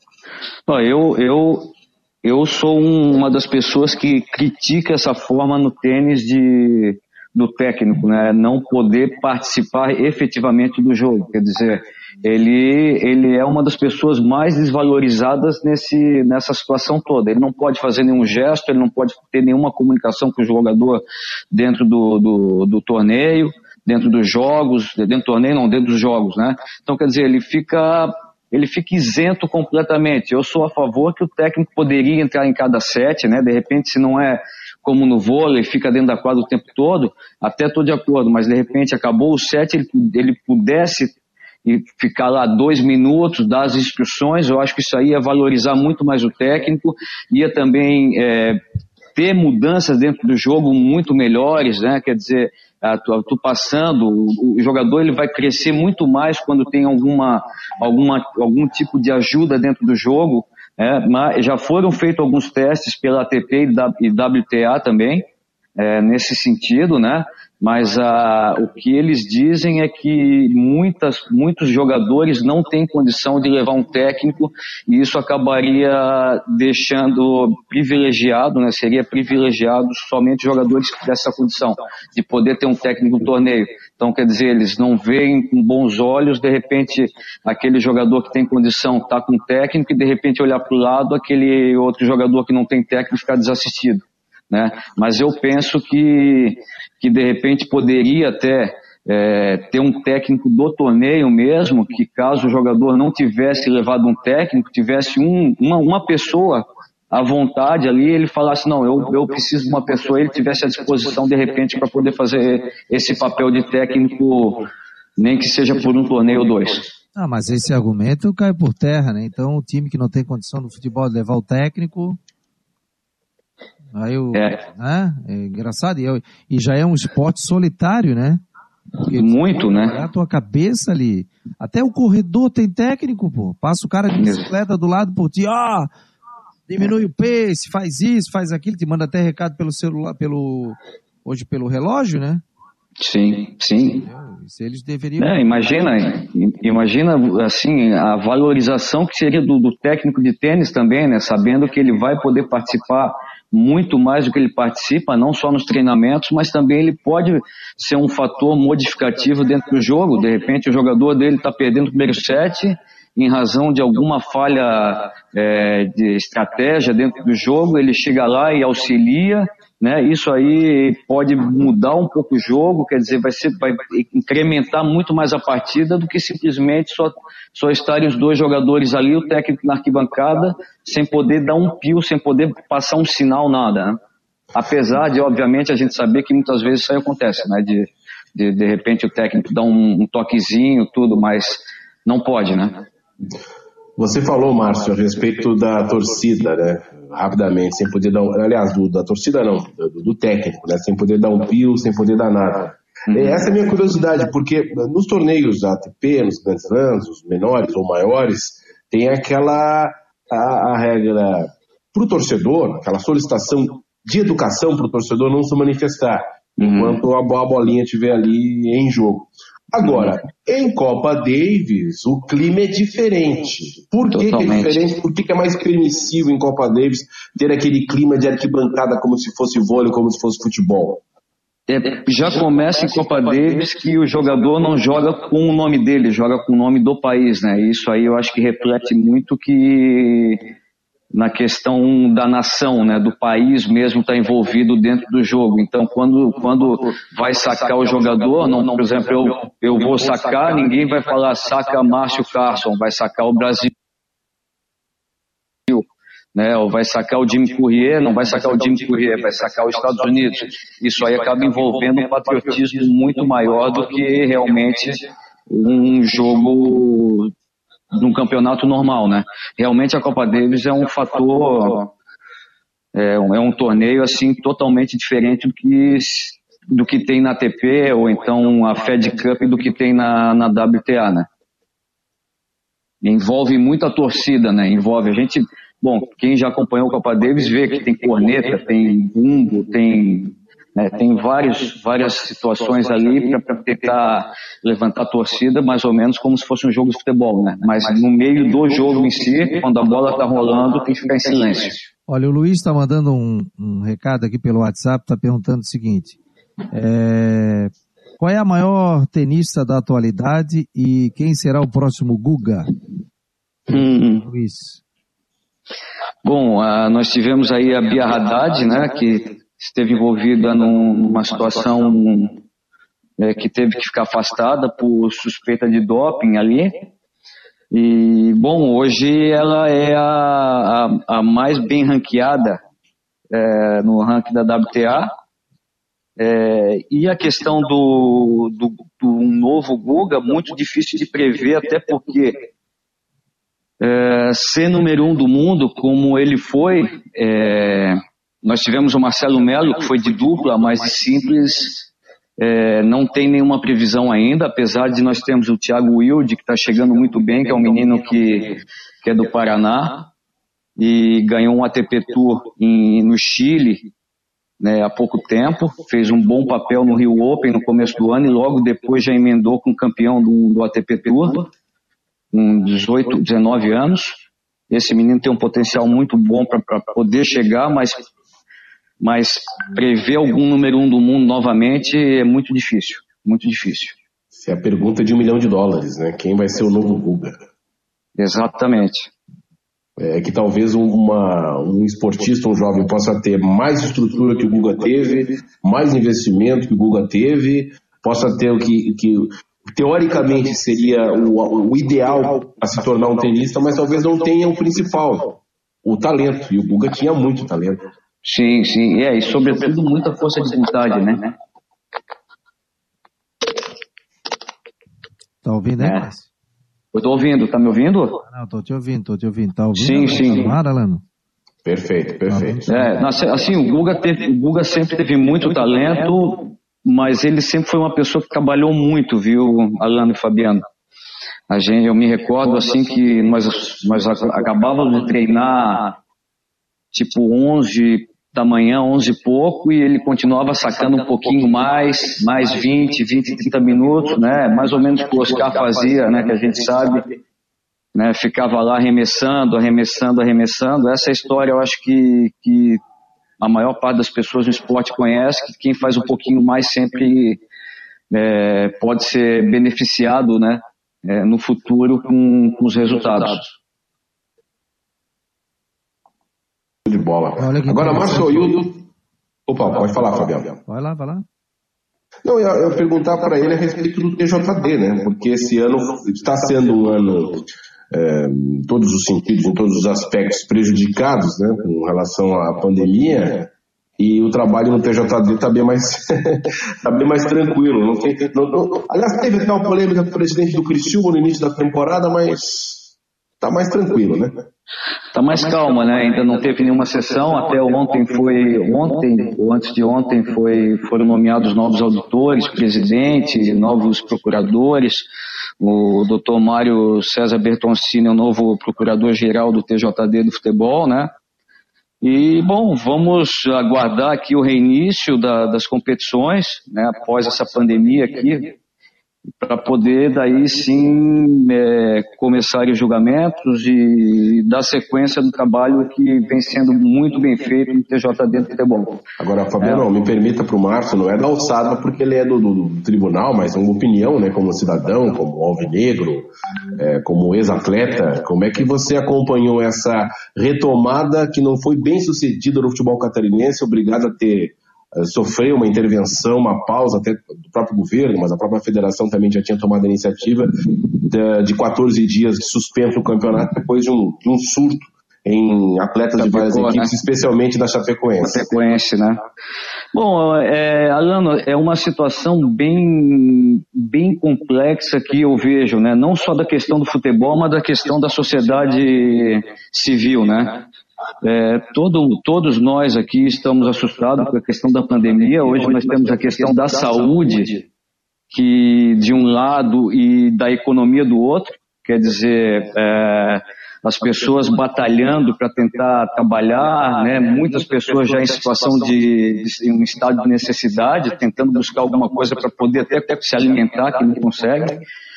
Eu sou uma das pessoas que critica essa forma no tênis do técnico, né? Não poder participar efetivamente do jogo. Quer dizer, ele é uma das pessoas mais desvalorizadas nessa situação toda. Ele não pode fazer nenhum gesto, ele não pode ter nenhuma comunicação com o jogador dentro do torneio, dentro dos jogos, dentro do torneio não, dentro dos jogos, né? Então, quer dizer, ele fica isento completamente. Eu sou a favor que o técnico poderia entrar em cada set, né? De repente, se não é como no vôlei, fica dentro da quadra o tempo todo, até estou de acordo, mas de repente acabou o set, ele pudesse ficar lá 2 minutos, dar as instruções. Eu acho que isso aí ia valorizar muito mais o técnico, ia também ter mudanças dentro do jogo muito melhores, né? Quer dizer, tu passando, o jogador ele vai crescer muito mais quando tem algum tipo de ajuda dentro do jogo, mas já foram feitos alguns testes pela ATP e WTA também, nesse sentido, né? Mas o que eles dizem é que muitos jogadores não têm condição de levar um técnico, e isso acabaria deixando privilegiado, né? Seria privilegiado somente jogadores dessa condição, de poder ter um técnico no torneio. Então, quer dizer, eles não veem com bons olhos, de repente, aquele jogador que tem condição está com técnico, e de repente olhar para o lado, aquele outro jogador que não tem técnico ficar desassistido, né? Mas eu penso que de repente poderia até ter um técnico do torneio mesmo, que caso o jogador não tivesse levado um técnico, tivesse uma pessoa à vontade ali, ele falasse, não, eu preciso de uma pessoa, ele tivesse à disposição de repente para poder fazer esse papel de técnico, nem que seja por um torneio ou 2. Mas esse argumento cai por terra, né? Então o time que não tem condição no futebol de levar o técnico... Aí é engraçado, e já é um esporte solitário, né? Porque muito, né? A tua cabeça ali, até o corredor tem técnico, pô. Passa o cara de bicicleta do lado por ti, diminui o pace, faz isso, faz aquilo, te manda até recado pelo celular, hoje pelo relógio, né? Sim. Se eles deveriam... Imagina assim, a valorização que seria do técnico de tênis também, né? Sabendo que ele vai poder participar muito mais do que ele participa, não só nos treinamentos, mas também ele pode ser um fator modificativo dentro do jogo. De repente o jogador dele está perdendo o primeiro set em razão de alguma falha de estratégia dentro do jogo, ele chega lá e auxilia, né? Isso aí pode mudar um pouco o jogo, quer dizer, vai incrementar muito mais a partida do que simplesmente só estarem os 2 jogadores ali, o técnico na arquibancada, sem poder dar um pio, sem poder passar um sinal, nada, né? Apesar de, obviamente, a gente saber que muitas vezes isso aí acontece, né? De repente o técnico dá um toquezinho, tudo, mas não pode, né? Você falou, Márcio, a respeito da torcida, né? Rapidamente, sem poder dar aliás, da torcida não, do técnico, né? Sem poder dar um pio, sem poder dar nada. Essa é a minha curiosidade, porque nos torneios da ATP, nos grandes slams, os menores ou maiores, tem aquela a regra para o torcedor, aquela solicitação de educação para o torcedor não se manifestar, enquanto a bolinha estiver ali em jogo. Agora, em Copa Davis, o clima é diferente. Por que é diferente? Por que é mais permissivo em Copa Davis ter aquele clima de arquibancada como se fosse vôlei, como se fosse futebol? Já começa em Copa Davis que o jogador não joga com o nome dele, joga com o nome do país, né? Isso aí eu acho que reflete muito que na questão da nação, né, do país mesmo está envolvido dentro do jogo. Então, quando vai sacar o jogador, não, por exemplo, eu vou sacar, ninguém vai falar saca Márcio Carson, vai sacar o Brasil, né, ou vai sacar o Jimmy Courier, não vai sacar o Jimmy Courier, vai sacar os Estados Unidos. Isso aí acaba envolvendo um patriotismo muito maior do que realmente um jogo num campeonato normal, né? Realmente a Copa Davis é um fator, é um torneio assim totalmente diferente do que tem na ATP ou então a Fed Cup do que tem na WTA, né? Envolve muita torcida, né? Envolve a gente, bom, quem já acompanhou a Copa Davis vê que tem corneta, tem bumbo, tem várias situações ali para tentar levantar a torcida, mais ou menos como se fosse um jogo de futebol, né? Mas no meio do jogo em si, quando a bola está rolando, tem que ficar em silêncio. Olha, o Luiz está mandando um recado aqui pelo WhatsApp, está perguntando o seguinte: qual é a maior tenista da atualidade e quem será o próximo Guga? Luiz. Bom, nós tivemos aí a Bia Haddad, né, que esteve envolvida numa situação que teve que ficar afastada por suspeita de doping ali. E, bom, hoje ela é a mais bem ranqueada no ranking da WTA. E a questão do novo Guga, muito difícil de prever, até porque ser número 1 do mundo, como ele foi... Nós tivemos o Marcelo Melo, que foi de dupla, mas de simples não tem nenhuma previsão ainda, apesar de nós termos o Thiago Wilde, que está chegando muito bem, que é um menino que é do Paraná, e ganhou um ATP Tour no Chile, né, há pouco tempo, fez um bom papel no Rio Open no começo do ano, e logo depois já emendou com o campeão do ATP Tour, com 18, 19 anos. Esse menino tem um potencial muito bom para poder chegar, mas prever algum número 1 do mundo novamente é muito difícil, muito difícil. Essa é a pergunta de $1 milhão, né? Quem vai ser o novo Guga? Exatamente. Que talvez um esportista, um jovem, possa ter mais estrutura que o Guga teve, mais investimento que o Guga teve, possa ter o que teoricamente seria o ideal para se tornar um tenista, mas talvez não tenha o principal, o talento. E o Guga tinha muito talento. Sim, e sobretudo muita força de vontade, né? Tá ouvindo aí, Márcio? Eu tô ouvindo, tá me ouvindo? Não, tô te ouvindo. Tá ouvindo? Sim. Claro, Alano? Perfeito. Assim, o Guga sempre teve muito talento, mas ele sempre foi uma pessoa que trabalhou muito, viu, Alano e Fabiano? Eu me recordo assim que nós acabávamos de treinar tipo 11 da manhã, 11 e pouco, e ele continuava sacando um pouquinho mais 20, 30 minutos, né? Mais ou menos o que o Oscar fazia, né? Que a gente sabe, né? Ficava lá arremessando. Essa história eu acho que a maior parte das pessoas no esporte conhece, que quem faz um pouquinho mais sempre pode ser beneficiado, né? No futuro com os resultados. De bola. Agora, Márcio, opa, pode falar, Fabiano. Vai lá. Não, eu ia perguntar para ele a respeito do TJD, né? Porque esse ano está sendo um ano, em todos os sentidos, em todos os aspectos, prejudicados, né? Com relação à pandemia. E o trabalho no TJD está bem mais tranquilo. Aliás, teve até uma polêmica com o presidente do Criciúma no início da temporada, mas está mais tranquilo, né? Está mais calma, né? Ainda não teve nenhuma sessão. Até ontem ou antes de ontem, foram nomeados novos auditores, presidente, novos procuradores. O doutor Mário César Bertoncini é o novo procurador-geral do TJD do futebol, né? E, bom, vamos aguardar aqui o reinício das competições, né? Após essa pandemia aqui. para poder daí sim começar os julgamentos e dar sequência do trabalho que vem sendo muito bem feito no TJD do futebol. Agora, Fabiano, me permita para o Márcio, não é da alçada porque ele é do tribunal, mas é uma opinião, né, como cidadão, como alvinegro, como ex-atleta. Como é que você acompanhou essa retomada que não foi bem sucedida no futebol catarinense, obrigado a ter sofreu uma intervenção, uma pausa até do próprio governo, mas a própria federação também já tinha tomado a iniciativa de 14 dias de suspenso no campeonato depois de um surto em atletas de várias equipes, né? Especialmente da Chapecoense. Chapecoense, né? Bom, Alano, é uma situação bem complexa que eu vejo, né? Não só da questão do futebol, mas da questão da sociedade civil, né? Todos nós aqui estamos assustados com a questão da pandemia. Hoje nós temos a questão da saúde, que de um lado, e da economia do outro. Quer dizer, as pessoas batalhando para tentar trabalhar, né? Muitas pessoas já em situação em um estado de necessidade, tentando buscar alguma coisa para poder até se alimentar, que não consegue.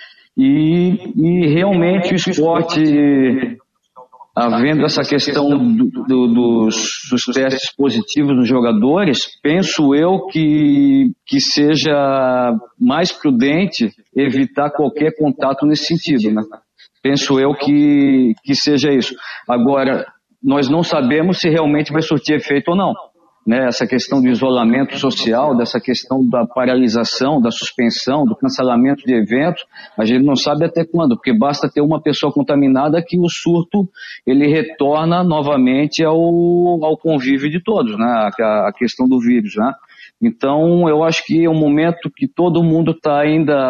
E realmente o esporte, havendo essa questão dos testes positivos nos jogadores, penso eu que seja mais prudente evitar qualquer contato nesse sentido, né? Penso eu que seja isso. Agora, nós não sabemos se realmente vai surtir efeito ou não, né? Essa questão do isolamento social, dessa questão da paralisação, da suspensão, do cancelamento de eventos, a gente não sabe até quando, porque basta ter uma pessoa contaminada que o surto ele retorna novamente ao convívio de todos, né? A questão do vírus, né? Então, eu acho que é um momento que todo mundo está ainda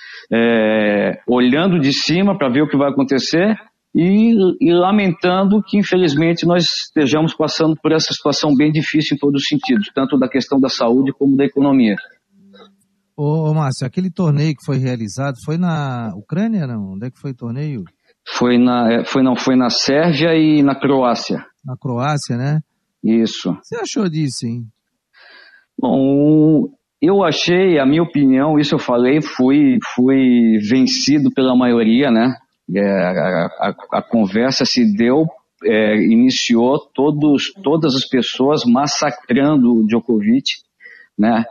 olhando de cima para ver o que vai acontecer e lamentando que, infelizmente, nós estejamos passando por essa situação bem difícil em todos os sentidos, tanto da questão da saúde como da economia. Ô Márcio, aquele torneio que foi realizado foi na Ucrânia, não? Onde é que foi o torneio? Foi na Sérvia e na Croácia. Na Croácia, né? Isso. O que você achou disso, hein? Bom, eu achei, a minha opinião, isso eu falei, fui vencido pela maioria, né? A conversa se deu, iniciou todas as pessoas massacrando o Djokovic, né?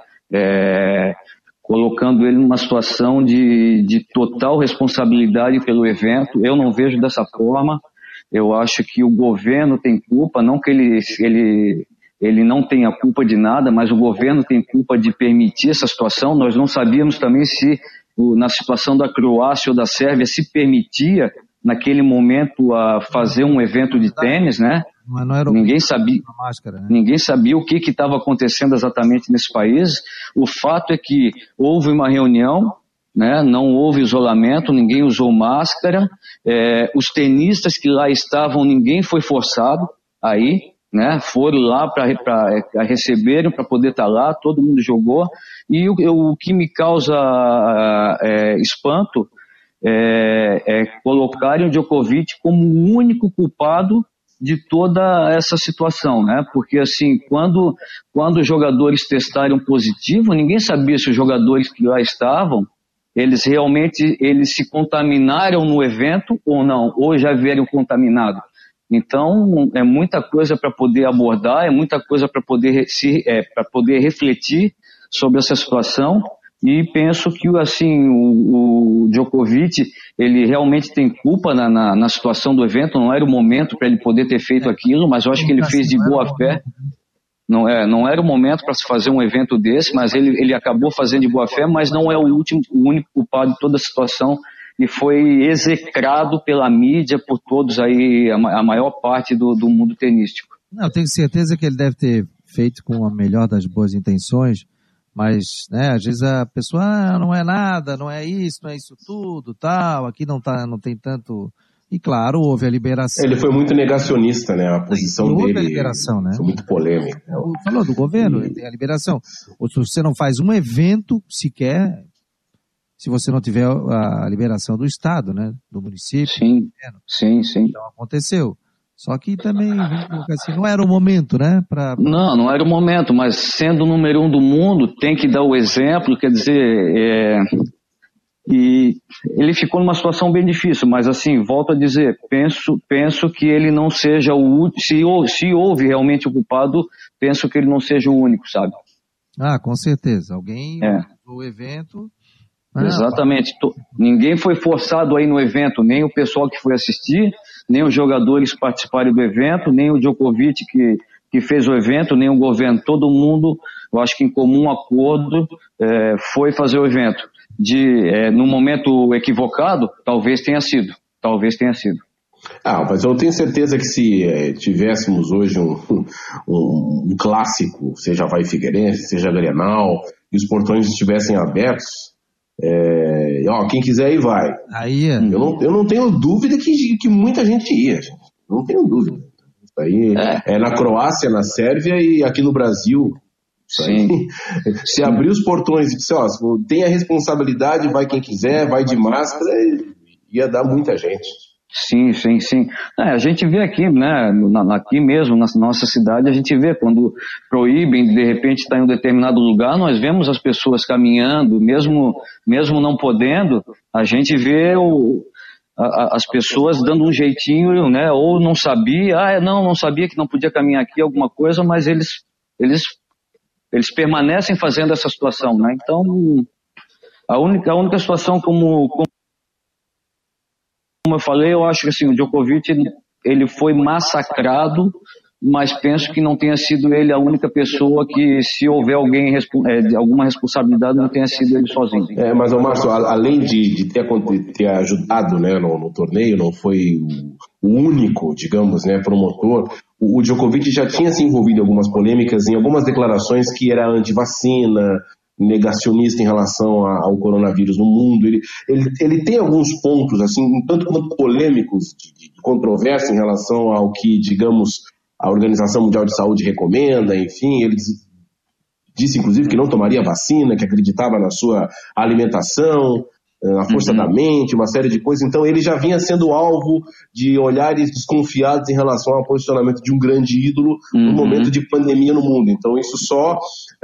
Colocando ele numa situação de total responsabilidade pelo evento. Eu não vejo dessa forma. Eu acho que o governo tem culpa, não que ele não tenha culpa de nada, mas o governo tem culpa de permitir essa situação. Nós não sabíamos também se na situação da Croácia ou da Sérvia se permitia naquele momento a fazer um evento de tênis, né? Ninguém sabia, máscara, né? Ninguém sabia o que estava acontecendo exatamente nesse país. O fato é que houve uma reunião, né? Não houve isolamento, ninguém usou máscara. Os tenistas que lá estavam, ninguém foi forçado aí, né? Foram lá para receberem, para poder estar lá, todo mundo jogou. E o que me causa espanto é colocarem o Djokovic como o único culpado de toda essa situação, né? Porque assim, quando os jogadores testaram positivo, ninguém sabia se os jogadores que lá estavam, eles se contaminaram no evento ou não, ou já vieram contaminados. Então, é muita coisa para poder abordar, é muita coisa para poder refletir sobre essa situação, e penso que assim, o Djokovic, ele realmente tem culpa na situação do evento. Não era o momento para ele poder ter feito aquilo, mas eu acho que ele fez de boa fé. Não era o momento para se fazer um evento desse, mas ele acabou fazendo de boa fé, mas não é o único culpado de toda a situação, e foi execrado pela mídia, por todos aí, a maior parte do mundo tenístico. Não, eu tenho certeza que ele deve ter feito com a melhor das boas intenções, mas, né, às vezes a pessoa, não é nada, não é isso tudo, tal, aqui não tem tanto... E claro, houve a liberação. Ele foi muito negacionista, né, a posição dele. Houve a liberação, né? Foi muito polêmica. Falou do governo, tem a liberação. Ou se você não faz um evento sequer, se você não tiver a liberação do Estado, né, do município. Sim. Então aconteceu. Só que também, assim, não era o momento, né? Não era o momento, mas sendo o número 1 do mundo, tem que dar o exemplo, quer dizer, E ele ficou numa situação bem difícil, mas assim, volto a dizer, penso que ele não seja o último, se houve realmente o culpado, penso que ele não seja o único, sabe? Ah, com certeza. Alguém no evento... Exatamente. Ninguém foi forçado aí no evento, nem o pessoal que foi assistir, nem os jogadores que participaram do evento, nem o Djokovic que fez o evento, nem o governo. Todo mundo, eu acho que em comum acordo, foi fazer o evento. No momento equivocado, talvez tenha sido. Mas eu tenho certeza que se tivéssemos hoje um clássico, seja Avaí Figueirense, seja Grenal, e os portões estivessem abertos, quem quiser aí vai. Eu não tenho dúvida que muita gente ia, gente. Não tenho dúvida. Isso aí é na Croácia, na Sérvia e aqui no Brasil. Sim. Se abrir os portões e disser, tem a responsabilidade, vai quem quiser, vai de máscara, ia dar muita gente. Sim. A gente vê aqui, né, aqui mesmo, na nossa cidade, a gente vê quando proíbem, de repente estar em um determinado lugar, nós vemos as pessoas caminhando, mesmo não podendo, a gente vê as pessoas dando um jeitinho, né, ou não sabia, não sabia que não podia caminhar aqui, alguma coisa, mas eles permanecem fazendo essa situação, né? Então, a única situação como eu falei, eu acho que assim, o Djokovic ele foi massacrado, mas penso que não tenha sido ele a única pessoa que, se houver alguém de alguma responsabilidade, não tenha sido ele sozinho. Mas, Márcio, além de ter ajudado, né, no torneio, não foi o único, digamos, né, promotor. O Djokovic já tinha se envolvido em algumas polêmicas, em algumas declarações que era anti-vacina, negacionista em relação ao coronavírus no mundo. Ele tem alguns pontos, assim, um tanto quanto polêmicos, de controvérsia em relação ao que, digamos, a Organização Mundial de Saúde recomenda, enfim. Ele disse, inclusive, que não tomaria vacina, que acreditava na sua alimentação, na força da mente, uma série de coisas. Então ele já vinha sendo alvo de olhares desconfiados em relação ao posicionamento de um grande ídolo no momento de pandemia no mundo. Então isso só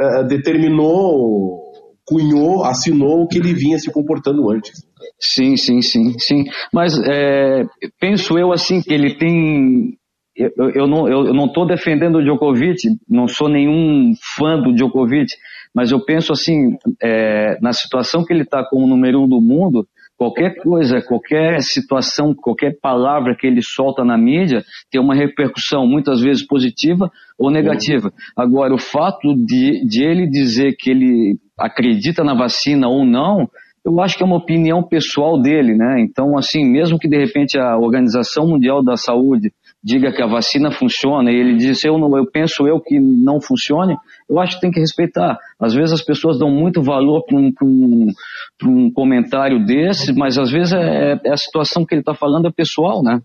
cunhou, assinou o que ele vinha se comportando antes. Sim. Mas penso eu assim que ele tem... Eu não estou defendendo o Djokovic, não sou nenhum fã do Djokovic, mas eu penso assim, na situação que ele está como número 1 do mundo, qualquer coisa, qualquer situação, qualquer palavra que ele solta na mídia tem uma repercussão, muitas vezes positiva ou negativa. Agora, o fato de ele dizer que ele acredita na vacina ou não, eu acho que é uma opinião pessoal dele, né? Então, assim, mesmo que de repente a Organização Mundial da Saúde diga que a vacina funciona e ele diz, eu penso que não funcione, eu acho que tem que respeitar. Às vezes as pessoas dão muito valor para um comentário desse, mas às vezes a situação que ele está falando é pessoal, né?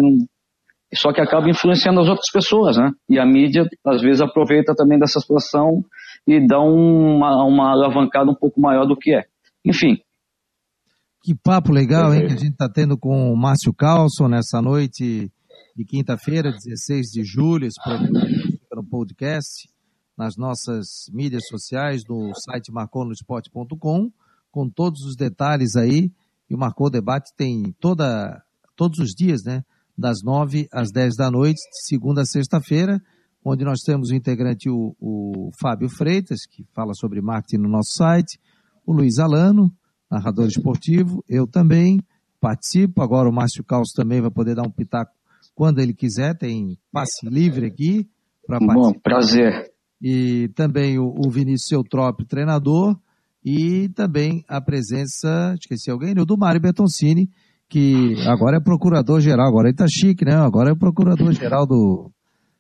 Só que acaba influenciando as outras pessoas, né? E a mídia às vezes aproveita também dessa situação e dá uma alavancada um pouco maior do que é. Enfim. Que papo legal, hein, que a gente está tendo com o Márcio Carlson nessa noite de quinta-feira, 16 de julho. Esse programa fica no podcast, nas nossas mídias sociais, no site marconosport.com, com todos os detalhes aí. E o Marcou Debate tem todos os dias, né, das 9 às 10 da noite, de segunda a sexta-feira, onde nós temos o integrante, o Fábio Freitas, que fala sobre marketing no nosso site, o Luiz Alano, narrador esportivo, eu também participo. Agora o Márcio Carlos também vai poder dar um pitaco quando ele quiser, tem passe livre aqui para participar. Bom, prazer. E também o Vinícius Eutrópio, treinador, e também a presença, esqueci alguém, do Mário Bertoncini, que agora é procurador-geral, agora ele está chique, né? Agora é o procurador-geral do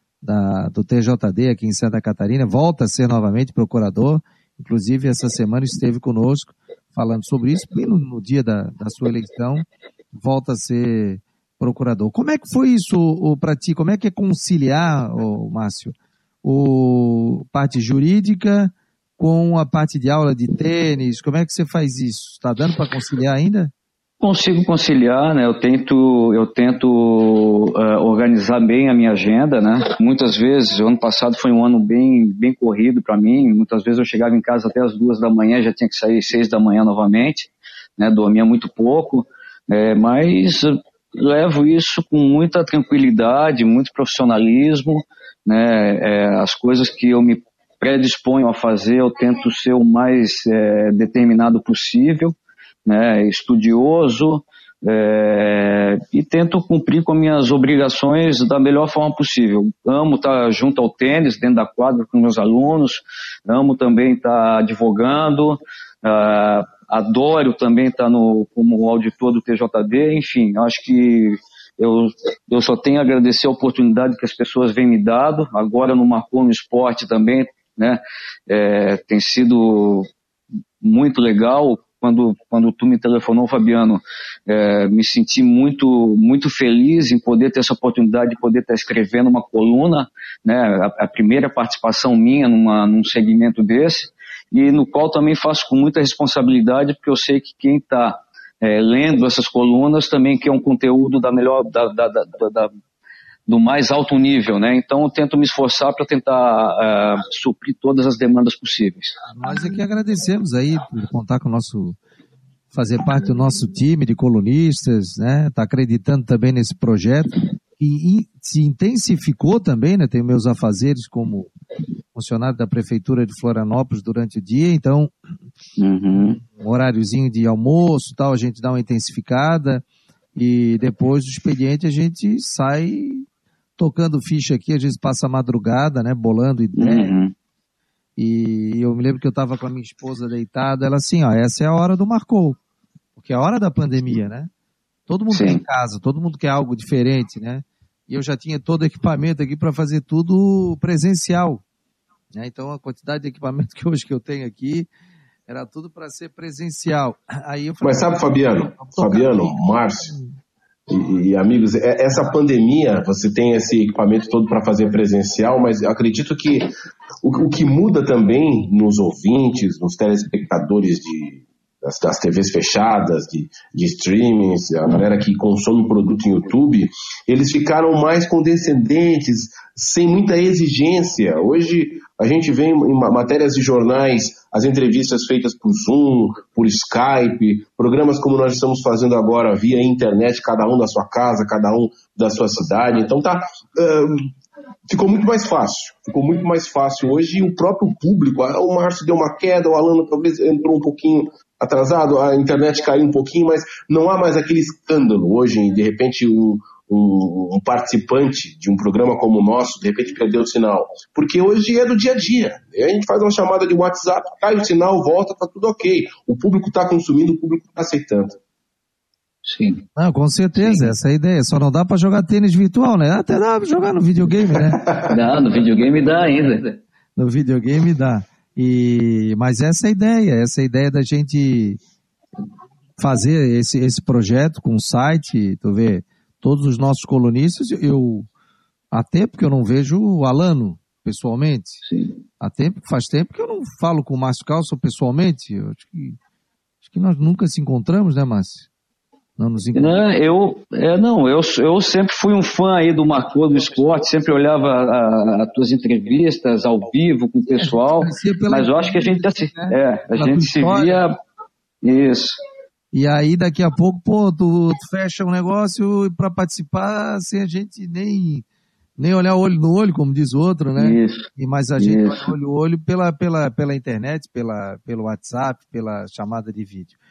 TJD aqui em Santa Catarina, volta a ser novamente procurador, inclusive essa semana esteve conosco falando sobre isso, bem no dia da sua eleição, volta a ser procurador. Como é que foi isso para ti? Como é que é conciliar, Márcio, parte jurídica com a parte de aula de tênis? Como é que você faz isso? Está dando para conciliar ainda? Consigo conciliar, né? Eu tento organizar bem a minha agenda, né? Muitas vezes, o ano passado foi um ano bem corrido para mim. Muitas vezes eu chegava em casa até as 2 da manhã, já tinha que sair 6 da manhã novamente. né, dormia muito pouco, mas levo isso com muita tranquilidade, muito profissionalismo, né, as coisas que eu me predisponho a fazer, eu tento ser o mais determinado possível, né, estudioso, e tento cumprir com minhas obrigações da melhor forma possível. Amo estar junto ao tênis, dentro da quadra com meus alunos, amo também estar advogando, adoro também estar como auditor do TJD, enfim, acho que eu só tenho a agradecer a oportunidade que as pessoas vêm me dado, agora no Marcou no Esporte também, né, tem sido muito legal. Quando tu me telefonou, Fabiano, me senti muito, muito feliz em poder ter essa oportunidade de poder estar escrevendo uma coluna, né, a primeira participação minha num segmento desse, e no qual também faço com muita responsabilidade, porque eu sei que quem está lendo essas colunas também quer um conteúdo do mais alto nível, né? Então eu tento me esforçar para tentar suprir todas as demandas possíveis. Nós aqui agradecemos aí por contar com fazer parte do nosso time de colunistas, né? Tá acreditando também nesse projeto e se intensificou também, né? Tenho meus afazeres como funcionário da Prefeitura de Florianópolis durante o dia, então um horáriozinho de almoço, tal, a gente dá uma intensificada e depois do expediente a gente sai tocando ficha aqui, às vezes passa a madrugada, né, bolando ideia. E eu me lembro que eu estava com a minha esposa deitada, ela assim, ó, essa é a hora do Marcou, porque é a hora da pandemia, né? Todo mundo quer em casa, todo mundo quer algo diferente, né? E eu já tinha todo o equipamento aqui para fazer tudo presencial, né? Então a quantidade de equipamento que hoje eu tenho aqui era tudo para ser presencial. Aí eu falei, mas sabe, Fabiano, Márcio e amigos, essa pandemia, você tem esse equipamento todo para fazer presencial, mas eu acredito que o que muda também nos ouvintes, nos telespectadores das TVs fechadas, de streamings, a galera que consome produto em YouTube, eles ficaram mais condescendentes, sem muita exigência. Hoje a gente vê em matérias de jornais as entrevistas feitas por Zoom, por Skype, programas como nós estamos fazendo agora via internet, cada um da sua casa, cada um da sua cidade. Então ficou muito mais fácil hoje, e o próprio público, o Márcio deu uma queda, o Alano talvez entrou um pouquinho atrasado, a internet caiu um pouquinho, mas não há mais aquele escândalo hoje, de repente um participante de um programa como o nosso, de repente perdeu o sinal, porque hoje é do dia a dia, a gente faz uma chamada de WhatsApp, cai o sinal, volta, tá tudo ok, o público está consumindo, o público está aceitando. Sim. Não, com certeza, sim. Essa é a ideia. Só não dá para jogar tênis virtual, né? Até dá para jogar no videogame, né? Não, no videogame dá ainda. No videogame dá. Mas essa é a ideia da gente fazer esse projeto com o site, tu vê, todos os nossos colunistas, há tempo que eu não vejo o Alano pessoalmente. Sim. Faz tempo que eu não falo com o Márcio Calço pessoalmente. Acho que nós nunca se encontramos, né, Márcio? Eu sempre fui um fã aí do Marcou do Esporte, sempre olhava as tuas entrevistas ao vivo com o pessoal, mas eu acho que a gente se via isso. E aí daqui a pouco, tu fecha um negócio para participar sem a gente nem olhar olho no olho, como diz o outro, né? Isso. Mas a gente olha olho no olho pela internet, pelo WhatsApp, pela chamada de vídeo.